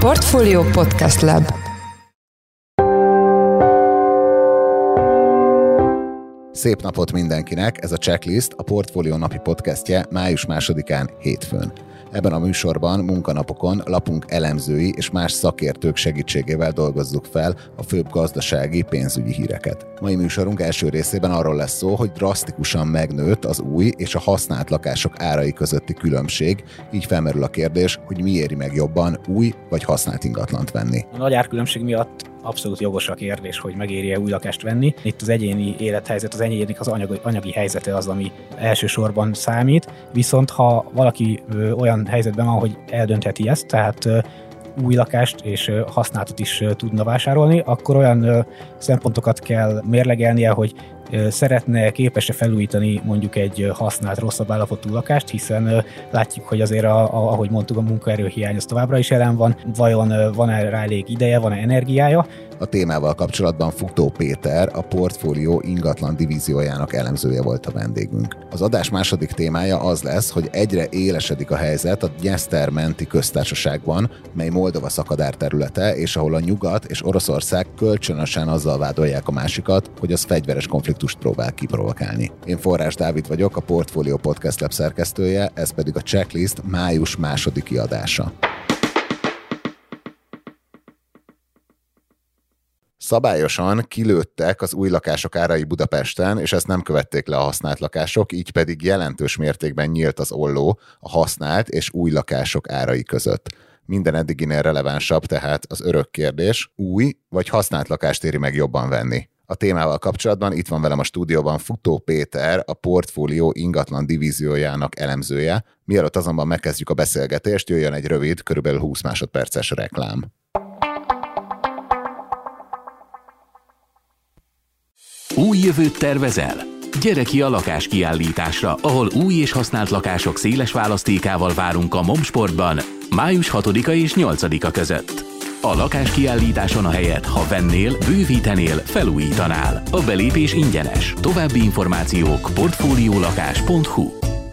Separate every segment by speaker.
Speaker 1: Portfolio Podcast Lab.
Speaker 2: Szép napot mindenkinek! Ez a Checklist, a Portfolio napi podcastje május 2-án hétfőn. Ebben a műsorban munkanapokon lapunk elemzői és más szakértők segítségével dolgozzuk fel a főbb gazdasági, pénzügyi híreket. Mai műsorunk első részében arról lesz szó, hogy drasztikusan megnőtt az új és a használt lakások árai közötti különbség, így felmerül a kérdés, hogy mi éri meg jobban új vagy használt ingatlant venni.
Speaker 3: A nagy árkülönbség miatt abszolút jogos a kérdés, hogy megéri-e új lakást venni. Itt az egyéni élethelyzet, az egyéninek az anyagi helyzete az, ami elsősorban számít, viszont ha valaki olyan helyzetben van, hogy eldöntheti ezt, tehát új lakást és használtat is tudna vásárolni, akkor olyan szempontokat kell mérlegelnie, hogy szeretne, képes-e felújítani mondjuk egy használt, rosszabb állapotú lakást, hiszen látjuk, hogy azért, ahogy mondtuk, a munkaerőhiány az továbbra is jelen van. Vajon van-e rá elég ideje, van-e energiája?
Speaker 2: A témával kapcsolatban Fuktó Péter, a Portfolio ingatlan divíziójának elemzője volt a vendégünk. Az adás második témája az lesz, hogy egyre élesedik a helyzet a Dnyeszter-menti köztársaságban, mely Moldova szakadár területe, és ahol a Nyugat és Oroszország kölcsönösen azzal vádolják a másikat, hogy az fegyveres konfliktust próbál kiprovokálni. Én Forrás Dávid vagyok, a Portfolio Podcast Lab szerkesztője, ez pedig a Checklist május 2. adása. Szabályosan kilőttek az új lakások árai Budapesten, és ezt nem követték le a használt lakások, így pedig jelentős mértékben nyílt az olló a használt és új lakások árai között. Minden eddiginél relevánsabb tehát az örök kérdés, új vagy használt lakást éri meg jobban venni. A témával kapcsolatban itt van velem a stúdióban Fuktó Péter, a Portfolio ingatlan divíziójának elemzője. Mielőtt azonban megkezdjük a beszélgetést, jöjjön egy rövid, körülbelül 20 másodperces reklám.
Speaker 4: Új jövőt tervezel? Gyere ki a lakáskiállításra, ahol új és használt lakások széles választékával várunk a Momsportban május 6-a és 8-a között. A lakáskiállításon a helyet, ha vennél, bővítenél, felújítanál. A belépés ingyenes. További információk portfoliolakás.hu.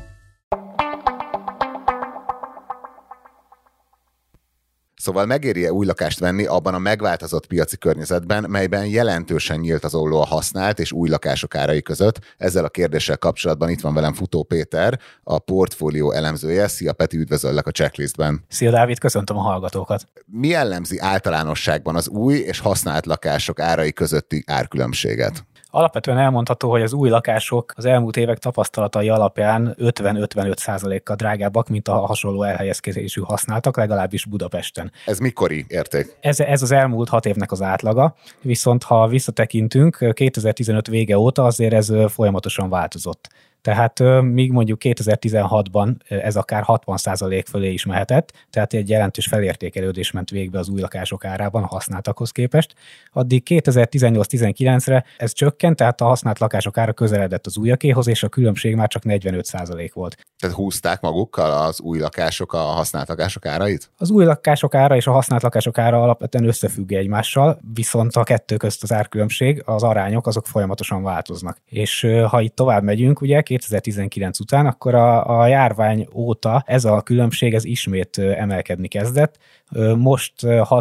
Speaker 2: Szóval megéri-e új lakást venni abban a megváltozott piaci környezetben, melyben jelentősen nyílt az olló a használt és új lakások árai között? Ezzel a kérdéssel kapcsolatban itt van velem Fuktó Péter, a Portfolio elemzője. Szia Peti, üdvözöllek a Checklistben.
Speaker 3: Szia Dávid, köszöntöm a hallgatókat.
Speaker 2: Mi jellemzi általánosságban az új és használt lakások árai közötti árkülönbséget?
Speaker 3: Alapvetően elmondható, hogy az új lakások az elmúlt évek tapasztalatai alapján 50-55%-kal drágábbak, mint a hasonló elhelyezkedésű használtak, legalábbis Budapesten.
Speaker 2: Ez mikori érték?
Speaker 3: Ez az elmúlt 6 évnek az átlaga, viszont ha visszatekintünk, 2015 vége óta azért ez folyamatosan változott. Tehát míg mondjuk 2016-ban ez akár 60% fölé is mehetett, tehát egy jelentős felértékelődés ment végbe az új lakások árában a használtakhoz képest, addig 2018-19-re ez csökkent, tehát a használt lakások ára közeledett az újakéhoz, és a különbség már csak 45% volt.
Speaker 2: Tehát húzták magukkal az új lakások a használt lakások árait?
Speaker 3: Az új lakások ára és a használt lakások ára alapvetően összefügg egymással, viszont a kettő közt az árkülönbség, az arányok azok folyamatosan változnak. És ha itt tovább megyünk, ugye 2019 után, akkor a járvány óta ez a különbség ez ismét emelkedni kezdett. Most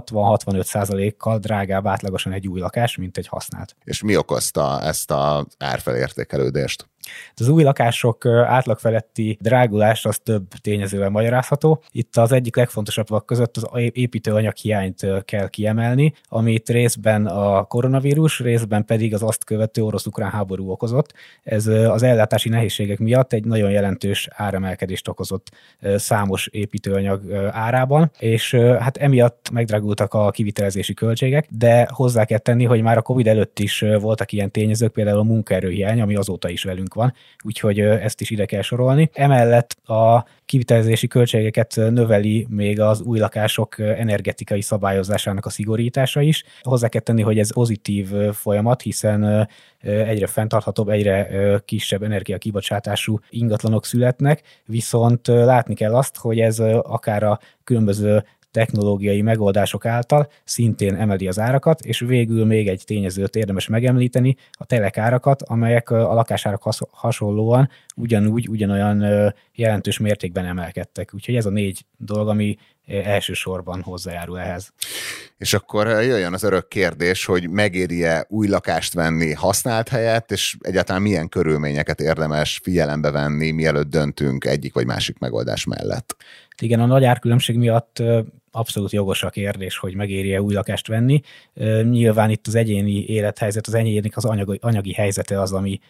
Speaker 3: 60-65%-kal drágább átlagosan egy új lakás, mint egy használt.
Speaker 2: És mi okozta ezt az árfelértékelődést?
Speaker 3: Az új lakások átlagfeletti drágulás az több tényezővel magyarázható. Itt az egyik legfontosabbak között az építőanyag hiányt kell kiemelni, amit részben a koronavírus, részben pedig az azt követő orosz-ukrán háború okozott. Ez az ellátási nehézségek miatt egy nagyon jelentős áremelkedést okozott számos építőanyag árában, és hát emiatt megdrágultak a kivitelezési költségek, de hozzá kell tenni, hogy már a Covid előtt is voltak ilyen tényezők, például a munkaerőhiány, ami azóta is velünk van, úgyhogy ezt is ide kell sorolni. Emellett a kivitelezési költségeket növeli még az új lakások energetikai szabályozásának a szigorítása is. Hozzá kell tenni, hogy ez pozitív folyamat, hiszen egyre fenntarthatóbb, egyre kisebb energiakibocsátású ingatlanok születnek, viszont látni kell azt, hogy ez akár a különböző technológiai megoldások által szintén emeli az árakat, és végül még egy tényezőt érdemes megemlíteni, a telekárakat, amelyek a lakásárak hasonlóan ugyanolyan jelentős mértékben emelkedtek. Úgyhogy ez a 4 dolog, ami elsősorban hozzájárul ehhez.
Speaker 2: És akkor jöjjön az örök kérdés, hogy megéri-e új lakást venni használt helyett, és egyáltalán milyen körülményeket érdemes figyelembe venni, mielőtt döntünk egyik vagy másik megoldás mellett.
Speaker 3: Igen, a nagy árkülönbség miatt abszolút jogos a kérdés, hogy megéri-e új lakást venni. Nyilván itt az egyéni élethelyzet, az egyéninek az anyagi helyzete az, ami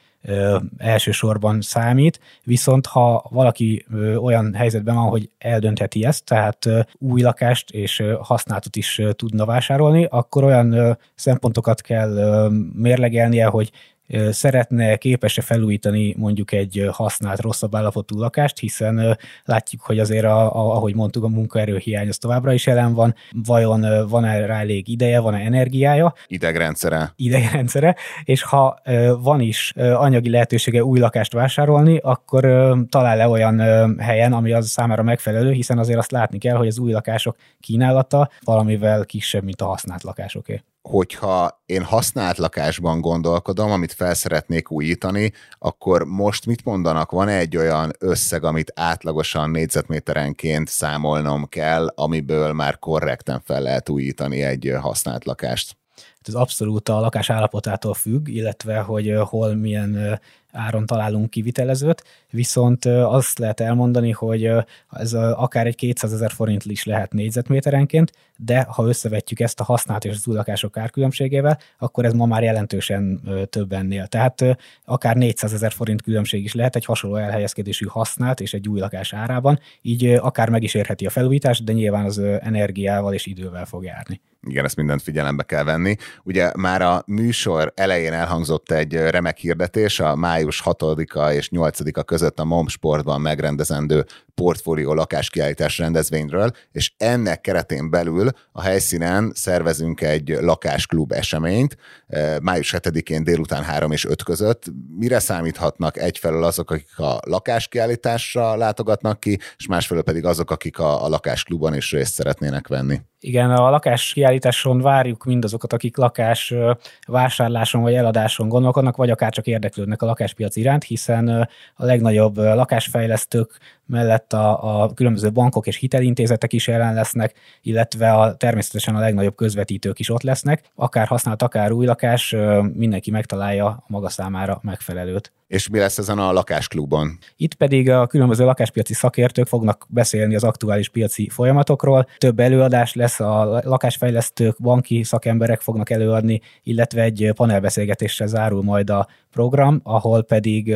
Speaker 3: elsősorban számít, viszont ha valaki olyan helyzetben van, hogy eldöntheti ezt, tehát új lakást és használtat is tudna vásárolni, akkor olyan szempontokat kell mérlegelnie, hogy szeretne, képes-e felújítani mondjuk egy használt, rosszabb állapotú lakást, hiszen látjuk, hogy azért, ahogy mondtuk, a munkaerőhiány az továbbra is jelen van. Vajon van-e rá elég ideje, van-e energiája? Idegrendszere, és ha van is anyagi lehetősége új lakást vásárolni, akkor talál-e olyan helyen, ami az számára megfelelő, hiszen azért azt látni kell, hogy az új lakások kínálata valamivel kisebb, mint a használt lakásoké.
Speaker 2: Hogyha én használt lakásban gondolkodom, amit fel szeretnék újítani, akkor most mit mondanak? Van egy olyan összeg, amit átlagosan négyzetméterenként számolnom kell, amiből már korrekten fel lehet újítani egy használt lakást?
Speaker 3: Ez abszolút a lakás állapotától függ, illetve hogy hol milyen áron találunk kivitelezőt, viszont azt lehet elmondani, hogy ez akár egy 200 000 forint is lehet négyzetméterenként, de ha összevetjük ezt a használt és az új lakások árkülönbségével, akkor ez ma már jelentősen több ennél. Tehát akár 400 000 forint különbség is lehet egy hasonló elhelyezkedésű használt és egy új lakás árában, így akár meg is érheti a felújítást, de nyilván az energiával és idővel fog járni.
Speaker 2: Igen, ezt mindent figyelembe kell venni. Ugye már a műsor elején elhangzott egy remek hirdetés, a május 6-a és 8-a között a MOM Sportban megrendezendő portfólió lakáskiállítás rendezvényről, és ennek keretén belül a helyszínen szervezünk egy lakásklub eseményt, május 7-én délután 3 és 5 között. Mire számíthatnak egyfelől azok, akik a lakáskiállításra látogatnak ki, és másfelől pedig azok, akik a lakásklubon is részt szeretnének venni?
Speaker 3: Igen, a lakáskiállításon várjuk mindazokat, akik lakás vásárláson vagy eladáson gondolkodnak, vagy akár csak érdeklődnek a lakáspiac iránt, hiszen a legnagyobb lakásfejlesztők mellett a különböző bankok és hitelintézetek is jelen lesznek, illetve természetesen a legnagyobb közvetítők is ott lesznek. Akár használt, akár új lakás, mindenki megtalálja a maga számára megfelelőt.
Speaker 2: És mi lesz ezen a lakásklubon?
Speaker 3: Itt pedig a különböző lakáspiaci szakértők fognak beszélni az aktuális piaci folyamatokról. Több előadás lesz, a lakásfejlesztők, banki szakemberek fognak előadni, illetve egy panelbeszélgetéssel zárul majd a program, ahol pedig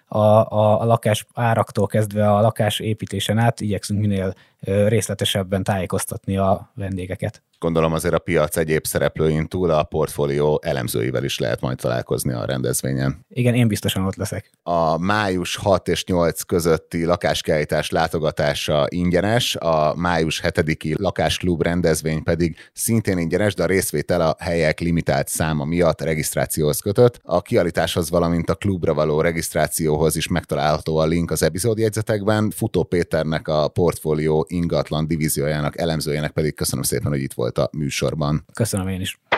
Speaker 3: a lakás áraktól kezdve a lakás építésen át igyekszünk minél részletesebben tájékoztatni a vendégeket.
Speaker 2: Gondolom azért a piac egyéb szereplőin túl a portfólió elemzőivel is lehet majd találkozni a rendezvényen.
Speaker 3: Igen, én biztosan ott leszek.
Speaker 2: A május 6 és 8 közötti lakáskiállítás látogatása ingyenes, a május 7-i lakásklub rendezvény pedig szintén ingyenes, de a részvétel a helyek limitált száma miatt regisztrációhoz kötött. A kiállításhoz, valamint a klubra való regisztrációhoz is megtalálható a link az epizódjegyzetekben. Futó Péternek, a portfólió ingatlan divíziójának elemzőjének pedig köszönöm szépen, hogy itt volt a műsorban.
Speaker 3: Köszönöm én is.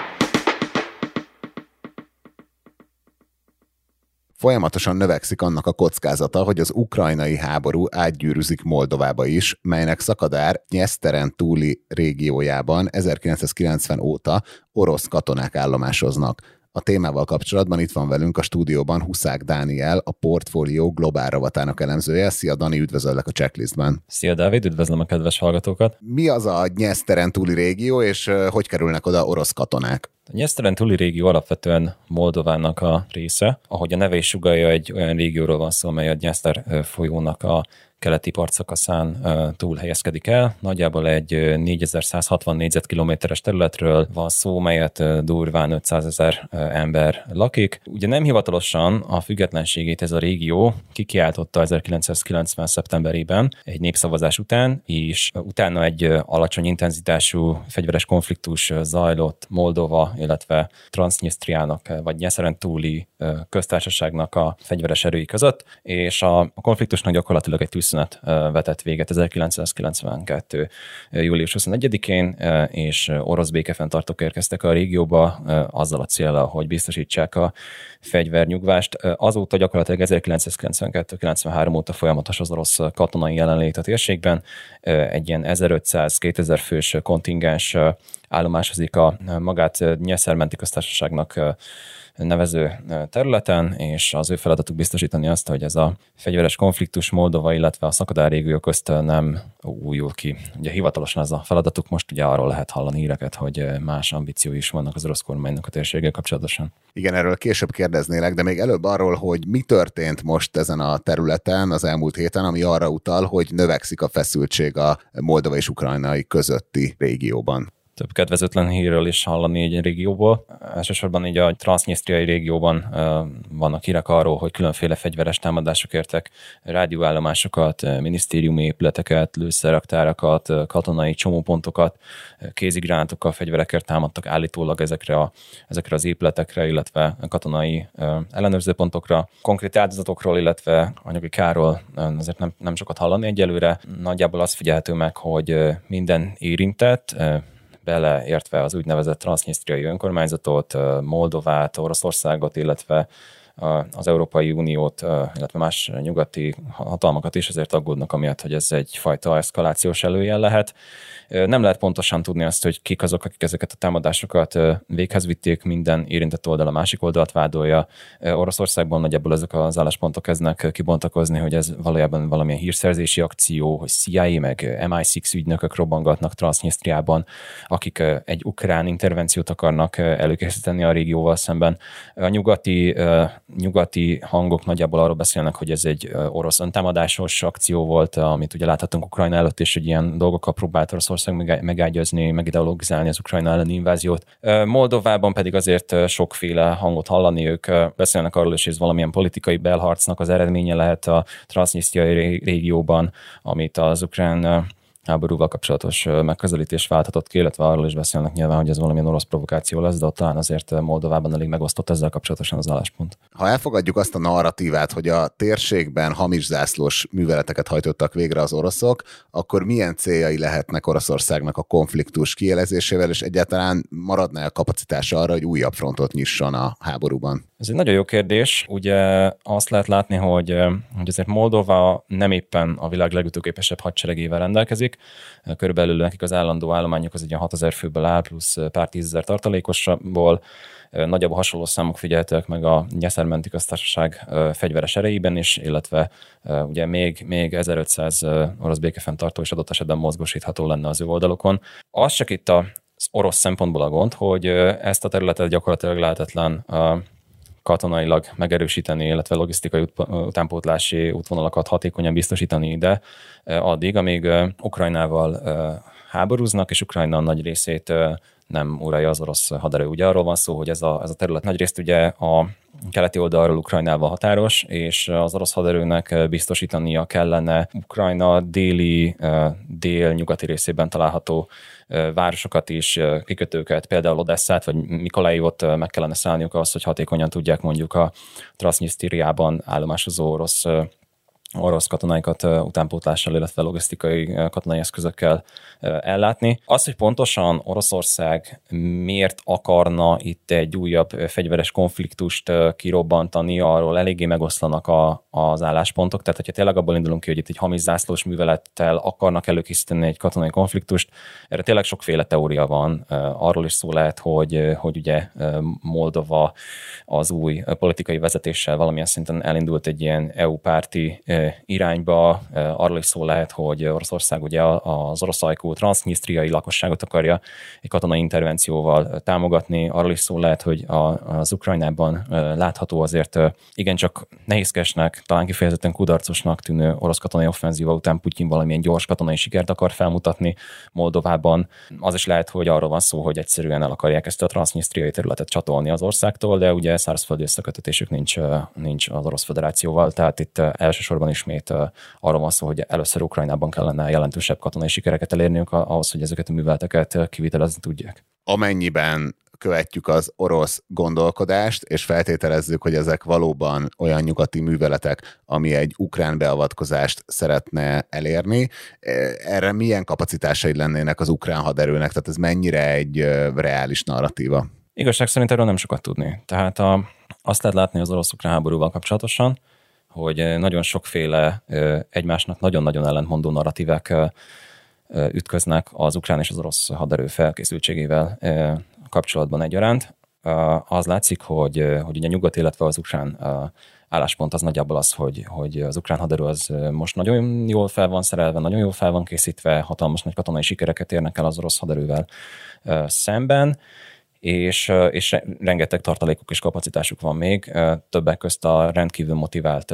Speaker 2: Folyamatosan növekszik annak a kockázata, hogy az ukrajnai háború átgyűrűzik Moldovába is, melynek szakadár Dnyeszteren túli régiójában 1990 óta orosz katonák állomásoznak. A témával kapcsolatban itt van velünk a stúdióban Huszák Dániel, a portfólió globál rovatának elemzője. Szia Dani, üdvözöllek a checklistben.
Speaker 5: Szia Dávid, üdvözlöm a kedves hallgatókat.
Speaker 2: Mi az a Dnyeszteren túli régió, és hogy kerülnek oda orosz katonák?
Speaker 5: A Dnyeszteren túli régió alapvetően Moldovának a része. Ahogy a neve is sugallja, egy olyan régióról van szó, amely a Dnyeszter folyónak a keleti partszakaszán túl helyezkedik el. Nagyjából egy 4160 négyzetkilométeres területről van szó, melyet durván 500 000 ember lakik. Ugye nem hivatalosan a függetlenségét ez a régió kikiáltotta 1990. szeptemberében egy népszavazás után, és utána egy alacsony intenzitású fegyveres konfliktus zajlott Moldova, illetve Transznyisztriának vagy Dnyeszteren túli köztársaságnak a fegyveres erői között, és a konfliktusnak gyakorlatilag egy hadszünet vetett véget 1992. július 21-én, és orosz békefenntartók érkeztek a régióba azzal a céllal, hogy biztosítsák a fegyvernyugvást. Azóta gyakorlatilag 1992-93 óta folyamatos az orosz katonai jelenlét a térségben. Egy ilyen 1500-2000 fős kontingens állomásozik a magát Nyeszer-menti köztársaságnak nevező területen, és az ő feladatuk biztosítani azt, hogy ez a fegyveres konfliktus Moldova, illetve a Szakadár régió közt nem újul ki. Ugye hivatalosan ez a feladatuk, most ugye arról lehet hallani híreket, hogy más ambíciói is vannak az orosz kormánynak a térséggel kapcsolatosan.
Speaker 2: Igen, erről később kérdeznélek, de még előbb arról, hogy mi történt most ezen a területen az elmúlt héten, ami arra utal, hogy növekszik a feszültség a Moldova és ukrajnai közötti régióban.
Speaker 5: Több kedvezőtlen hírről is hallani egy régióból. Elsősorban így a transznyesztriai régióban vannak hírek arról, hogy különféle fegyveres támadások értek rádióállomásokat, minisztériumi épületeket, lőszerraktárakat, katonai csomópontokat, kézigránátokkal, fegyverekkel támadtak állítólag ezekre az épületekre, illetve katonai ellenőrzőpontokra. Konkrét áldozatokról, illetve anyagi kárról azért nem sokat hallani egyelőre. Nagyjából az figyelhető meg, hogy minden érintett, beleértve az úgynevezett transznyesztriai önkormányzatot, Moldovát, Oroszországot, illetve az Európai Uniót, illetve más nyugati hatalmakat is ezért aggódnak amiatt, hogy ez egyfajta eszkalációs előjel lehet. Nem lehet pontosan tudni azt, hogy kik azok, akik ezeket a támadásokat véghez vitték, minden érintett oldal a másik oldalt vádolja. Oroszországban nagyjából ezek az álláspontok kezdnek kibontakozni, hogy ez valójában valamilyen hírszerzési akció, hogy CIA meg MI6 ügynökök robbangatnak Transznyesztriában, akik egy ukrán intervenciót akarnak előkészíteni a régióval szemben. A nyugati hangok nagyjából arról beszélnek, hogy ez egy orosz öntámadásos akció volt, amit ugye láthatunk Ukrajna előtt, és hogy ilyen dolgokkal próbált Oroszország megágyazni, megideologizálni az Ukrajna elleni inváziót. Moldovában pedig azért sokféle hangot hallani, ők beszélnek arról is, hogy ez valamilyen politikai belharcnak az eredménye lehet a transznyesztriai régióban, amit az ukrán háborúval kapcsolatos megközelítés válthatott ki, illetve arról is beszélnek nyilván, hogy ez valamilyen orosz provokáció lesz, de ott talán azért Moldovában elég megosztott ezzel kapcsolatosan az álláspont.
Speaker 2: Ha elfogadjuk azt a narratívát, hogy a térségben hamis zászlós műveleteket hajtottak végre az oroszok, akkor milyen céljai lehetnek Oroszországnak a konfliktus kiélezésével, és egyáltalán maradna a kapacitása arra, hogy újabb frontot nyisson a háborúban?
Speaker 5: Ez egy nagyon jó kérdés. Ugye azt lehet látni, hogy azért Moldova nem éppen a világ legütőképesebb hadseregével rendelkezik. Körülbelül nekik az állandó állományok az egy 6000 főből áll, plusz pár tízezer tartalékosból. Nagyjából hasonló számok figyeltek meg a Nyeszer-menti köztársaság fegyveres erejében is, illetve ugye még 1500 orosz békefenntartó is adott esetben mozgósítható lenne az ő oldalukon. Az csak itt az orosz szempontból a gond, hogy ezt a területet gyakorlatilag lehetetlen katonailag megerősíteni, illetve logisztikai utánpótlási útvonalakat hatékonyan biztosítani ide addig, amíg Ukrajnával háborúznak, és Ukrajna nagy részét nem uralja az orosz haderő. Ugye arról van szó, hogy ez a terület nagyrészt ugye a keleti oldalról Ukrajnával határos, és az orosz haderőnek biztosítania kellene Ukrajna dél-nyugati részében található városokat is, kikötőket, például Odesszát vagy Mikolajivot meg kellene szállniuk ahhoz, hogy hatékonyan tudják mondjuk a Transznyesztriában állomásozó orosz katonáikat utánpótlással, illetve logisztikai katonai eszközökkel ellátni. Az, hogy pontosan Oroszország miért akarna itt egy újabb fegyveres konfliktust kirobbantani, arról eléggé megoszlanak az álláspontok. Tehát, hogyha tényleg abból indulunk ki, hogy itt egy hamis zászlós művelettel akarnak előkészíteni egy katonai konfliktust, erre tényleg sokféle teória van. Arról is szó lehet, hogy ugye Moldova az új politikai vezetéssel valamilyen szinten elindult egy ilyen EU-párti irányba. Arról is szó lehet, hogy Oroszország ugye az orosz ajkú transznyesztriai lakosságot akarja egy katonai intervencióval támogatni. Arról is szó lehet, hogy az Ukrajnában látható azért igencsak nehézkesnek, talán kifejezetten kudarcosnak tűnő orosz katonai offenzíva után Putyin valamilyen gyors katonai sikert akar felmutatni Moldovában. Az is lehet, hogy arról van szó, hogy egyszerűen el akarják ezt a transznyesztriai területet csatolni az országtól, de ugye szárazföldi összekötetésük nincs az Orosz Föderációval, tehát itt elsősorban ismét arról van szó, hogy először Ukrajnában kellene jelentősebb katonai sikereket elérniük ahhoz, hogy ezeket a műveleteket kivitelezni tudják.
Speaker 2: Amennyiben követjük az orosz gondolkodást, és feltételezzük, hogy ezek valóban olyan nyugati műveletek, ami egy ukrán beavatkozást szeretne elérni. Erre milyen kapacitásai lennének az ukrán haderőnek? Tehát ez mennyire egy reális narratíva?
Speaker 5: Igazság szerint erről nem sokat tudni. Tehát azt lehet látni az orosz-ukrán háborúval kapcsolatosan, hogy nagyon sokféle egymásnak nagyon-nagyon ellentmondó narratívák ütköznek az ukrán és az orosz haderő felkészültségével kapcsolatban egyaránt. Az látszik, hogy ugye a nyugat, illetve az ukrán álláspont az nagyjából az, hogy az ukrán haderő az most nagyon jól fel van szerelve, nagyon jól fel van készítve, hatalmas nagy katonai sikereket érnek el az orosz haderővel szemben, és rengeteg tartalékuk és kapacitásuk van még, többek közt a rendkívül motivált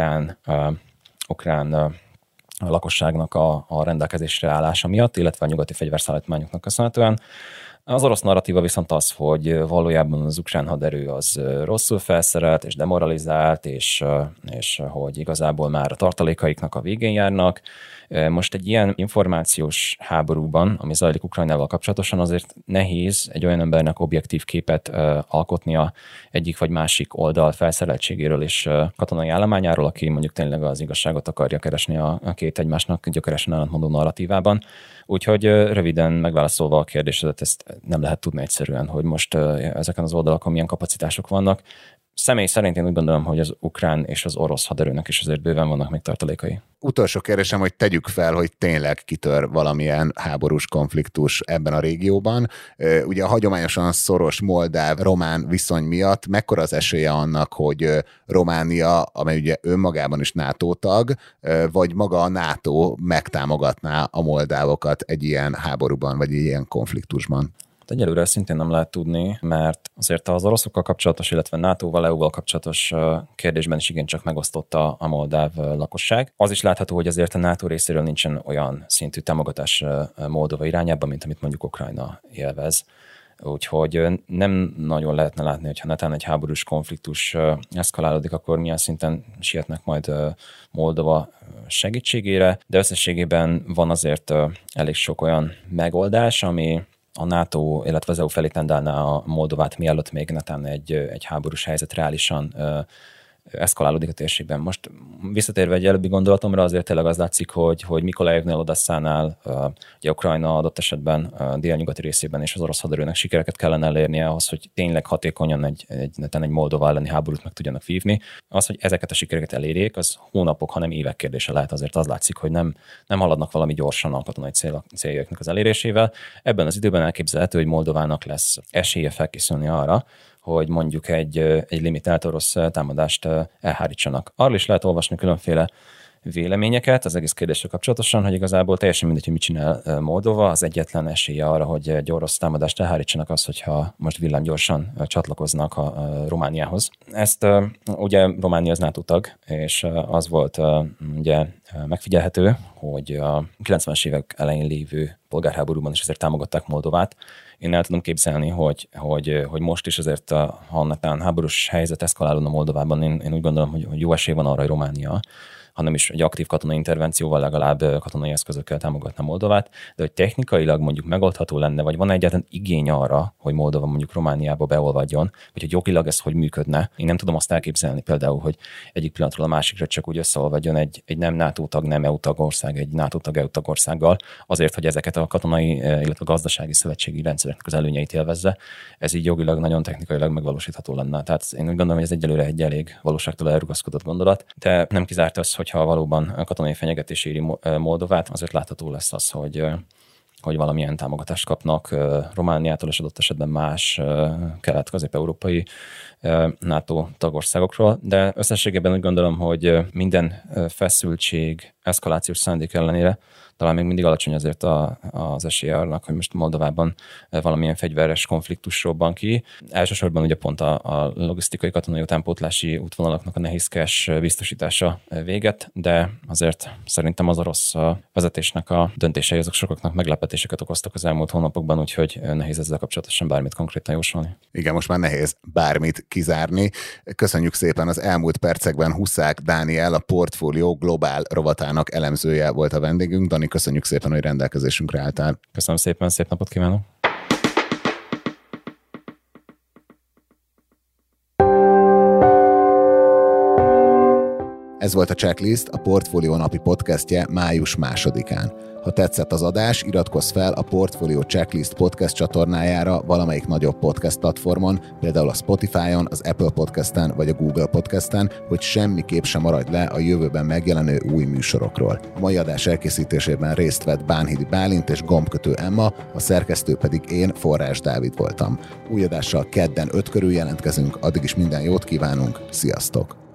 Speaker 5: ukrán lakosságnak a rendelkezésre állása miatt, illetve a nyugati fegyverszállítmányoknak köszönhetően. Az orosz narratíva viszont az, hogy valójában az ukrán haderő az rosszul felszerelt és demoralizált, és hogy igazából már a tartalékaiknak a végén járnak. Most egy ilyen információs háborúban, ami zajlik Ukrajnával kapcsolatosan, azért nehéz egy olyan embernek objektív képet alkotnia egyik vagy másik oldal felszereltségéről és katonai állományáról, aki mondjuk tényleg az igazságot akarja keresni a két egymásnak gyökeresen ellentmondó narratívában. Úgyhogy röviden megválaszolva a kérdésedet, ezt nem lehet tudni egyszerűen, hogy most ezeken az oldalakon milyen kapacitások vannak. Személy szerint én úgy gondolom, hogy az ukrán és az orosz haderőnek is azért bőven vannak még tartalékai.
Speaker 2: Utolsó kérdésem, hogy tegyük fel, hogy tényleg kitör valamilyen háborús konfliktus ebben a régióban. Ugye a hagyományosan szoros moldáv-román viszony miatt mekkora az esélye annak, hogy Románia, amely ugye önmagában is NATO tag, vagy maga a NATO megtámogatná a moldávokat egy ilyen háborúban, vagy egy ilyen konfliktusban?
Speaker 5: Egyelőre szintén nem lehet tudni, mert azért az oroszokkal kapcsolatos, illetve NATO-val, EU-val kapcsolatos kérdésben is igencsak megosztott a moldáv lakosság. Az is látható, hogy azért a NATO részéről nincsen olyan szintű támogatás Moldova irányába, mint amit mondjuk Ukrajna élvez. Úgyhogy nem nagyon lehetne látni, hogyha netán egy háborús konfliktus eszkalálódik, akkor milyen szinten sietnek majd Moldova segítségére, de összességében van azért elég sok olyan megoldás, ami a NATO, illetve az EU felé tendálná a Moldovát, mielőtt még netán egy háborús helyzet reálisan eszkalálódik a térségben. Most visszatérve egy előbbi gondolatomra, azért tényleg az látszik, hogy Mikolajevnél, Odesszánál, ugye Ukrajna adott esetben a délnyugati részében és az orosz haderőnek sikereket kellene elérnie ahhoz, hogy tényleg hatékonyan egy Moldova elleni háborút meg tudjanak vívni. Az, hogy ezeket a sikereket elérjék, az hónapok, hanem évek kérdése lehet. Azért az látszik, hogy nem haladnak valami gyorsan a katonai céljaiknak az elérésével. Ebben az időben elképzelhető, hogy Moldovának lesz esélye felkészülni arra, hogy mondjuk egy limitált orosz támadást elhárítsanak. Arról is lehet olvasni különféle véleményeket az egész kérdéssel kapcsolatosan, hogy igazából teljesen mindegy, hogy mit csinál Moldova, az egyetlen esélye arra, hogy egy orosz támadást elhárítsanak az, hogyha most villámgyorsan csatlakoznak a Romániához. Ezt ugye Románia az NATO tag, és az volt ugye megfigyelhető, hogy a 90-es évek elején lévő polgárháborúban is azért támogatták Moldovát. Én el tudom képzelni, hogy most is azért, ha netán háborús helyzet eszkalálódna Moldovában, én úgy gondolom, hogy jó esély van arra, hogy Románia, hanem is egy aktív katonai intervencióval legalább katonai eszközökkel támogatna Moldovát, de hogy technikailag mondjuk megoldható lenne, vagy van egyáltalán igény arra, hogy Moldova mondjuk Romániába beolvadjon, vagy hogy jogilag ez hogy működne. Én nem tudom azt elképzelni például, hogy egyik pillanatról a másikra csak úgy összeolvadjon egy nem NATO tag, nem EU tagország, egy NATO tag, EU tagországgal, azért, hogy ezeket a katonai, illetve gazdasági szövetségi rendszereknek az előnyeit élvezze. Ez így jogilag nagyon technikailag megvalósítható lenne. Tehát én úgy gondolom, hogy ez egyelőre egy elég valóságtól elrugaszkodott gondolat, de nem kizárt az, hogyha valóban katonai fenyegetés éri Moldovát, azért látható lesz az, hogy valamilyen támogatást kapnak Romániától, és adott esetben más kelet-közép-európai NATO tagországokról, de összességében úgy gondolom, hogy minden feszültség, eszkalációs szándék ellenére talán még mindig alacsony azért az esélye annak, hogy most Moldovában valamilyen fegyveres konfliktus robban ki. Elsősorban ugye pont a logisztikai katonai utánpótlási útvonalaknak a nehézkes biztosítása véget, de azért szerintem az orosz vezetésnek a döntései azok sokaknak meglepetéseket okoztak az elmúlt hónapokban, úgyhogy nehéz ezzel kapcsolatosan bármit konkrétan jósolni.
Speaker 2: Igen, most már nehéz bármit kizárni. Köszönjük szépen, az elmúlt percekben Huszák Dániel, a Portfolio Globál rovatának elemzője volt a vendégünk. Dani, köszönjük szépen, hogy rendelkezésünkre álltál.
Speaker 5: Köszönöm szépen, szép napot kívánok!
Speaker 2: Ez volt a Checklist, a Portfolio napi podcastje május 2-án. Ha tetszett az adás, iratkozz fel a Portfolio Checklist podcast csatornájára valamelyik nagyobb podcast platformon, például a Spotify-on, az Apple Podcasten vagy a Google Podcasten, hogy semmiképp sem maradj le a jövőben megjelenő új műsorokról. A mai adás elkészítésében részt vett Bánhidi Bálint és Gombkötő Emma, a szerkesztő pedig én, Forrás Dávid voltam. Új adással kedden 5 körül jelentkezünk, addig is minden jót kívánunk, sziasztok!